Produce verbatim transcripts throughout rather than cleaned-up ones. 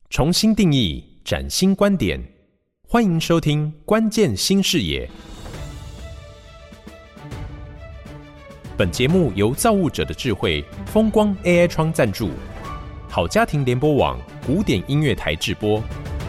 重新定义，崭新观点，欢迎收听关键新视野。本节目由造物者的智慧风光 A I 窗赞助，好家庭联播网古典音乐台制播。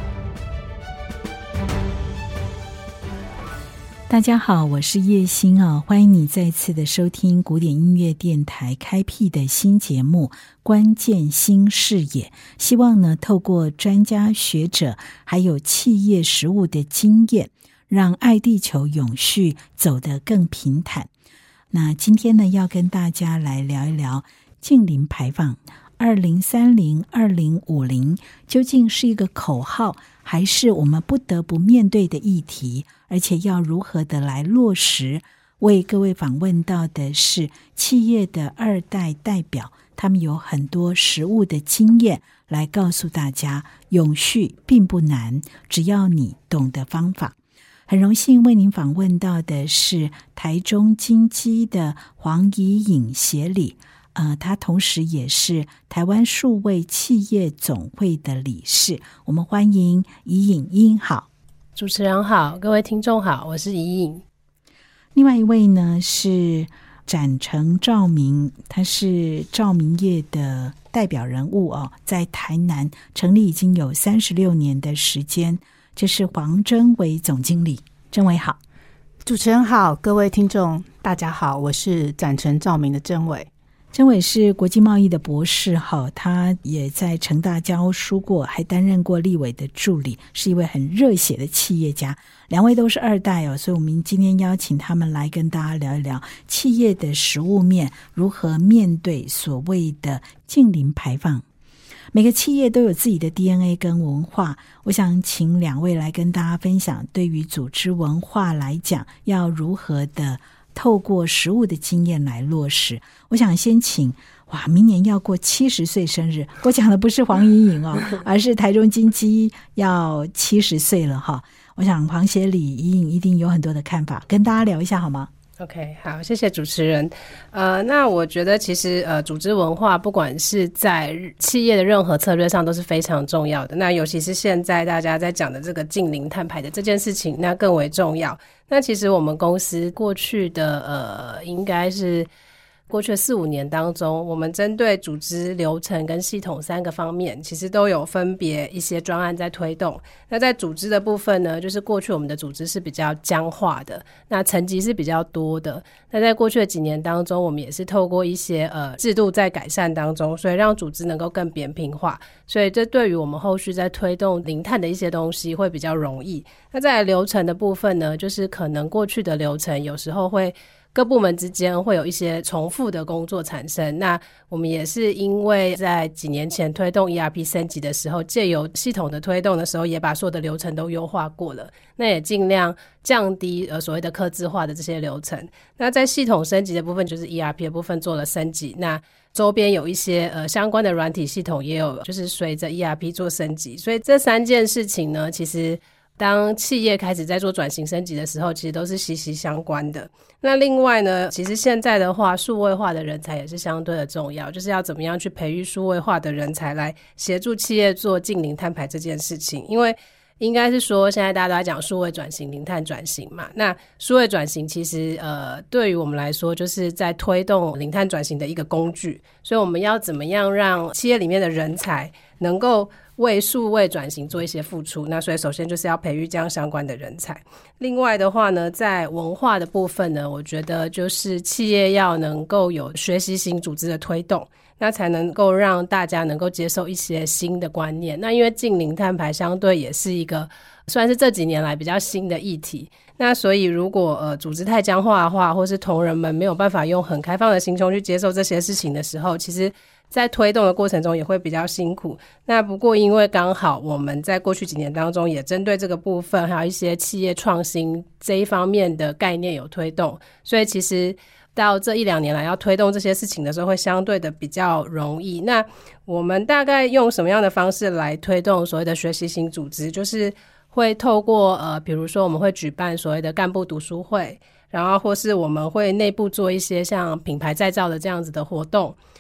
大家好，我是叶欣啊，欢迎你再次的收听古典音乐电台开辟的新节目关键新视野。希望呢，透过专家学者还有企业实务的经验，让爱地球永续走得更平坦。那今天呢，要跟大家来聊一聊净零排放二零三零、二零五零究竟是一个口号，还是我们不得不面对的议题，而且要如何的来落实。为各位访问到的是企业的二代代表，他们有很多实务的经验来告诉大家，永续并不难，只要你懂得方法。很荣幸为您访问到的是台中金基的黄怡颖协理，呃，他同时也是台湾数位企业总会的理事。我们欢迎怡颖。怡颖好。 主持人好，各位听众好，我是怡颖。 另外一位呢是展成照明，他是照明业的代表人物哦，在台南成立已经有三十六年的时间。这是黄真伟总经理。真伟好。 主持人好，各位听众大家好，我是展成照明的真伟。 真伟是国际贸易的博士，他也在成大教书过，还担任过立委的助理，是一位很热血的企业家。两位都是二代哦，所以我们今天邀请他们来跟大家聊一聊企业的实务面，如何面对所谓的净零排放。每个企业都有自己的 D N A 跟文化，我想请两位来跟大家分享，对于组织文化来讲，要如何的透过实务的经验来落实。我想先请，哇，明年要过七十岁生日，我讲的不是黄怡颖哦，而是台中金基要七十岁了哈。我想黄协理、怡颖一定有很多的看法，跟大家聊一下好吗 ？OK， 好，谢谢主持人。呃，那我觉得其实呃，组织文化不管是在企业的任何策略上都是非常重要的。那尤其是现在大家在讲的这个净零碳排的这件事情，那更为重要。那其实我们公司过去的呃，应该是过去的四五年当中，我们针对组织流程跟系统三个方面，其实都有分别一些专案在推动。那在组织的部分呢，就是过去我们的组织是比较僵化的，那层级是比较多的。那在过去的几年当中，我们也是透过一些呃制度在改善当中，所以让组织能够更扁平化。所以这对于我们后续在推动零碳的一些东西会比较容易。那在流程的部分呢，就是可能过去的流程有时候会各部门之间会有一些重复的工作产生。那我们也是因为在几年前推动 E R P 升级的时候，借由系统的推动的时候，也把所有的流程都优化过了，那也尽量降低呃所谓的客制化的这些流程。那在系统升级的部分，就是 E R P 的部分做了升级，那周边有一些呃相关的软体系统也有就是随着 E R P 做升级。所以这三件事情呢，其实当企业开始在做转型升级的时候，其实都是息息相关的。那另外呢，其实现在的话，数位化的人才也是相对的重要，就是要怎么样去培育数位化的人才来协助企业做净零碳排这件事情。因为应该是说现在大家都在讲数位转型、零碳转型嘛，那数位转型其实呃对于我们来说就是在推动零碳转型的一个工具，所以我们要怎么样让企业里面的人才能够为数位转型做一些付出，那所以首先就是要培育这样相关的人才。另外的话呢，在文化的部分呢，我觉得就是企业要能够有学习型组织的推动，那才能够让大家能够接受一些新的观念。那因为净零碳排相对也是一个算是这几年来比较新的议题，那所以如果呃组织太僵化的话，或是同仁们没有办法用很开放的心胸去接受这些事情的时候，其实在推动的过程中也会比较辛苦。那不过因为刚好我们在过去几年当中也针对这个部分还有一些企业创新这一方面的概念有推动，所以其实到这一两年来要推动这些事情的时候会相对的比较容易。那我们大概用什么样的方式来推动所谓的学习型组织，就是会透过呃，比如说我们会举办所谓的干部读书会，然后或是我们会内部做一些像品牌再造的这样子的活动，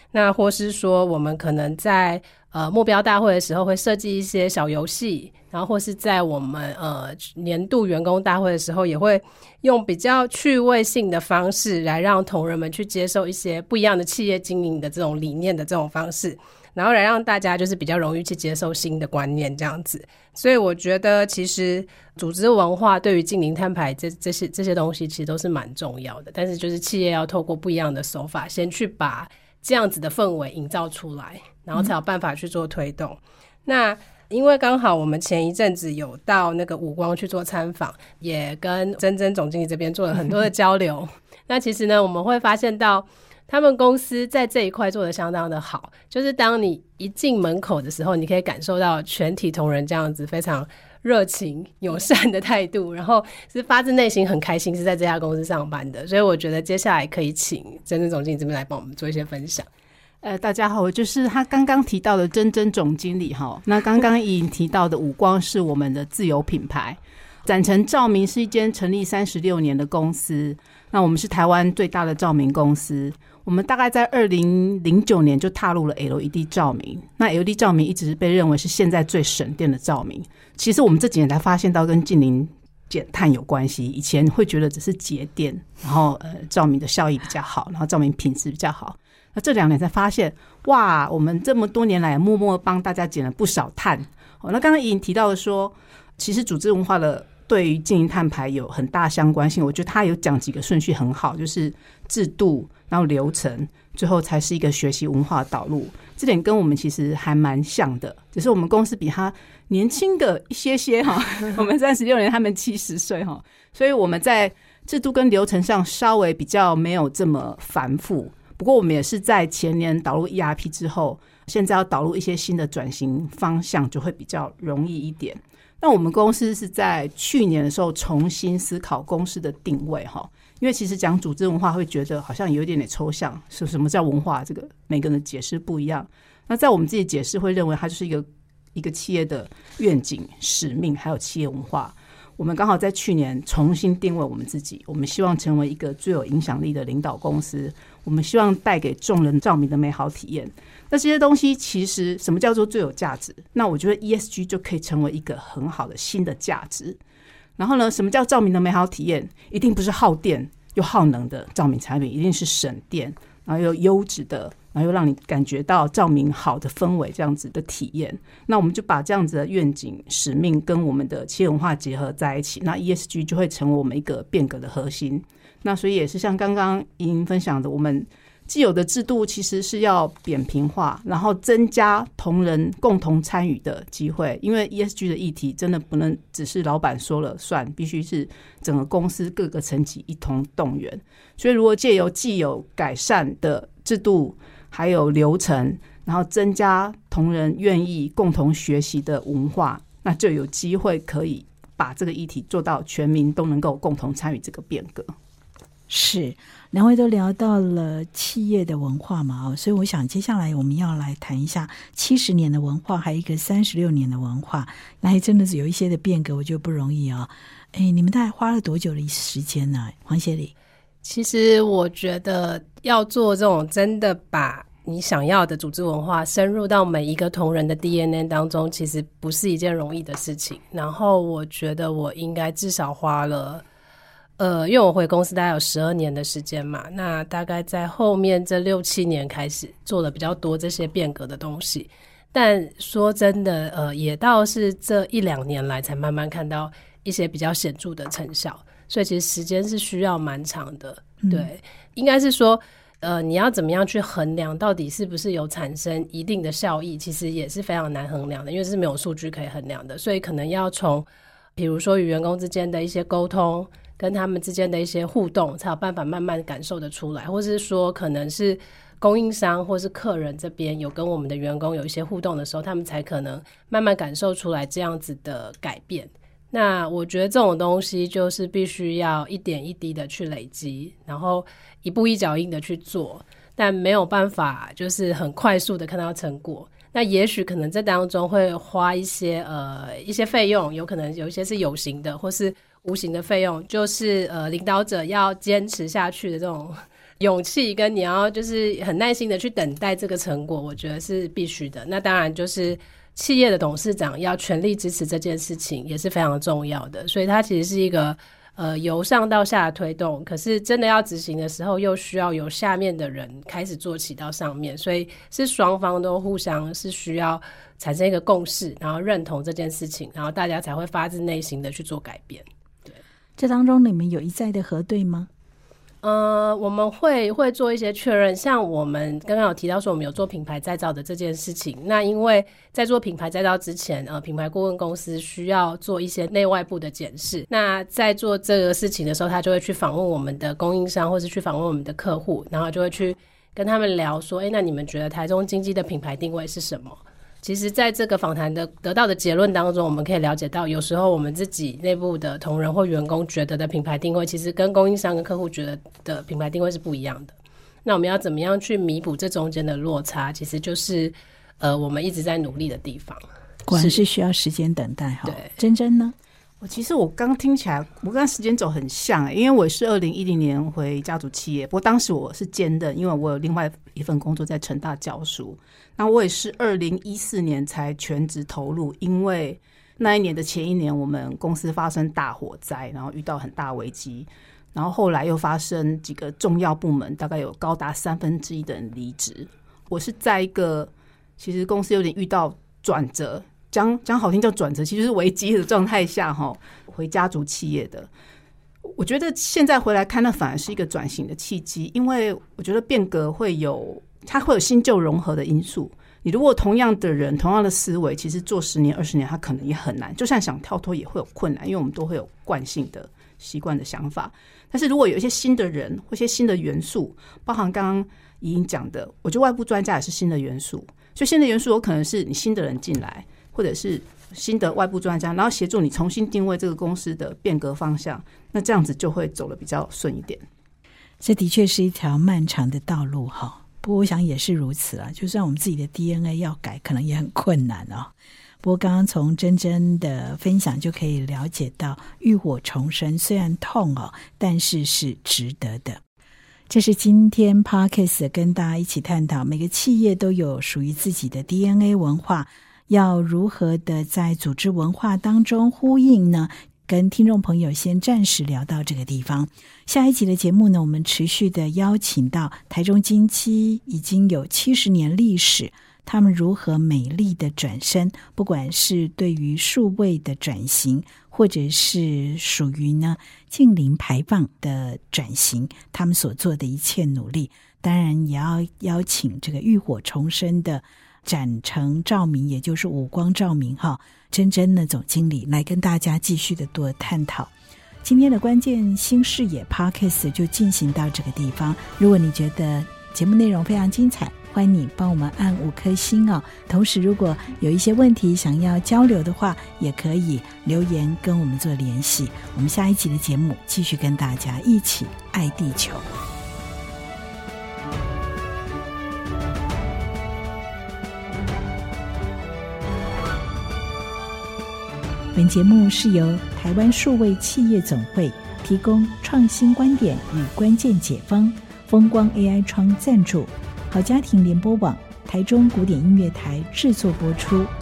那或是说我们可能在呃目标大会的时候会设计一些小游戏，然后或是在我们呃年度员工大会的时候也会用比较趣味性的方式来让同仁们去接受一些不一样的企业经营的这种理念的这种方式，然后来让大家就是比较容易去接受新的观念这样子。所以我觉得其实组织文化对于近零碳排这这些这些东西其实都是蛮重要的，但是就是企业要透过不一样的手法先去把这样子的氛围营造出来，然后才有办法去做推动、嗯、那因为刚好我们前一阵子有到那个五光去做参访，也跟珍珍总经理这边做了很多的交流那其实呢我们会发现到他们公司在这一块做得相当的好，就是当你一进门口的时候，你可以感受到全体同仁这样子非常热情友善的态度，然后是发自内心很开心是在这家公司上班的。所以我觉得接下来可以请珍珍总经理这边来帮我们做一些分享。 呃，大家好，我就是他刚刚提到的珍珍总经理哈。那刚刚已经提到的五光是我们的自有品牌，展成照明是一间成立三十六年的公司，那我们是台湾最大的照明公司。我们大概在二零零九年就踏入了 L E D 照明，那 L E D 照明一直被认为是现在最省电的照明。其实我们这几年才发现到跟近零减碳有关系，以前会觉得只是节电，然后呃照明的效益比较好，然后照明品质比较好。那这两年才发现，哇，我们这么多年来默默帮大家减了不少碳。哦，那刚刚已经提到的说，其实组织文化的对于近零碳排有很大相关性。我觉得他有讲几个顺序很好，就是制度，然后流程，最后才是一个学习文化导入。这点跟我们其实还蛮像的，只是我们公司比他年轻的一些些哈，我们三十六年，他们七十岁哈，所以我们在制度跟流程上稍微比较没有这么繁复。不过我们也是在前年导入 E R P 之后，现在要导入一些新的转型方向，就会比较容易一点。那我们公司是在去年的时候重新思考公司的定位哈，因为其实讲组织文化会觉得好像有一点点抽象，是什么叫文化，这个每个人的解释不一样。那在我们自己解释会认为它就是一个一个企业的愿景、使命还有企业文化。我们刚好在去年重新定位我们自己，我们希望成为一个最有影响力的领导公司，我们希望带给众人照明的美好体验。那这些东西其实什么叫做最有价值？那我觉得 E S G 就可以成为一个很好的新的价值。然后呢，什么叫照明的美好体验？一定不是耗电又耗能的照明产品，一定是省电，然后又优质的，然后又让你感觉到照明好的氛围，这样子的体验。那我们就把这样子的愿景使命跟我们的企业文化结合在一起，那 E S G 就会成为我们一个变革的核心。那所以也是像刚刚莹分享的，我们既有的制度其实是要扁平化，然后增加同仁共同参与的机会。因为 E S G 的议题真的不能只是老板说了算，必须是整个公司各个层级一同动员。所以如果借由既有改善的制度还有流程，然后增加同仁愿意共同学习的文化，那就有机会可以把这个议题做到全民都能够共同参与这个变革。 是，两位都聊到了企业的文化嘛，所以我想接下来我们要来谈一下七十年的文化，还有一个三十六年的文化，那真的是有一些的变革，我觉得不容易哦。哎，你们大概花了多久的时间呢？黄协理。 其实我觉得要做这种真的把你想要的组织文化深入到每一个同仁的 D N A 当中，其实不是一件容易的事情。然后我觉得我应该至少花了呃，因为我回公司大概有十二年的时间嘛，那大概在后面这六七年开始做了比较多这些变革的东西。但说真的，呃，也倒是这一两年来才慢慢看到一些比较显著的成效，所以其实时间是需要蛮长的。对，嗯、应该是说，呃，你要怎么样去衡量到底是不是有产生一定的效益，其实也是非常难衡量的，因为是没有数据可以衡量的，所以可能要从比如说与员工之间的一些沟通，跟他们之间的一些互动，才有办法慢慢感受得出来，或是说可能是供应商或是客人这边有跟我们的员工有一些互动的时候，他们才可能慢慢感受出来这样子的改变。那我觉得这种东西就是必须要一点一滴的去累积，然后一步一脚印的去做，但没有办法就是很快速的看到成果。那也许可能这当中会花一些呃一些费用，有可能有一些是有形的或是无形的费用，就是呃领导者要坚持下去的这种勇气跟你要就是很耐心的去等待这个成果，我觉得是必须的。那当然就是企业的董事长要全力支持这件事情也是非常重要的，所以它其实是一个呃由上到下的推动，可是真的要执行的时候又需要由下面的人开始做起到上面，所以是双方都互相是需要产生一个共识，然后认同这件事情，然后大家才会发自内心的去做改变。对， 这当中你们有一再的核对吗？ 呃，我们会会做一些确认，像我们刚刚有提到说我们有做品牌再造的这件事情，那因为在做品牌再造之前，呃，品牌顾问公司需要做一些内外部的检视，那在做这个事情的时候，他就会去访问我们的供应商，或是去访问我们的客户，然后就会去跟他们聊说，哎，那你们觉得台中经济的品牌定位是什么？其实在这个访谈的得到的结论当中，我们可以了解到有时候我们自己内部的同仁或员工觉得的品牌定位，其实跟供应商跟客户觉得的品牌定位是不一样的。那我们要怎么样去弥补这中间的落差，其实就是呃我们一直在努力的地方。 果然是需要时间等待哈。 对， 珍珍呢？ 我其实我刚听起来，我跟时间轴很像、欸、因为我是二零一零年回家族企业，不过当时我是兼任，因为我有另外一份工作在成大教书。那我也是二零一四年才全职投入，因为那一年的前一年我们公司发生大火灾，然后遇到很大危机，然后后来又发生几个重要部门大概有高达三分之一的人离职。我是在一个其实公司有点遇到转折，讲讲好听叫转折，其实是危机的状态下回家族企业的。我觉得现在回来看，那反而是一个转型的契机，因为我觉得变革会有它会有新旧融合的因素。你如果同样的人同样的思维，其实做十年二十年它可能也很难，就算想跳脱也会有困难，因为我们都会有惯性的习惯的想法。但是如果有一些新的人或一些新的元素，包含刚刚怡莹讲的，我觉得外部专家也是新的元素，所以新的元素有可能是你新的人进来，或者是新的外部专家，然后协助你重新定位这个公司的变革方向，那这样子就会走得比较顺一点。 这的确是一条漫长的道路哈。不过我想也是如此啦，就算我们自己的 D N A 要改可能也很困难哦。不过刚刚从珍珍的分享就可以了解到，浴火重生虽然痛哦，但是是值得的。这是今天 Podcast 跟大家一起探讨，每个企业都有属于自己的 D N A 文化，要如何的在组织文化当中呼应呢？跟听众朋友先暂时聊到这个地方，下一集的节目呢，我们持续的邀请到台中金漆已经有七十年历史，他们如何美丽的转身，不管是对于数位的转型，或者是属于呢净零排放的转型，他们所做的一切努力，当然也要邀请这个浴火重生的展成照明，也就是五光照明哈，珍珍呢总经理来跟大家继续的多探讨。今天的关键新视野 Podcast 就进行到这个地方。如果你觉得节目内容非常精彩，欢迎你帮我们按五颗星哦。同时如果有一些问题想要交流的话，也可以留言跟我们做联系。我们下一集的节目继续跟大家一起爱地球。本节目是由台湾数位企业总会提供创新观点与关键解方，风光 A I 窗赞助，好家庭联播网台中古典音乐台制作播出。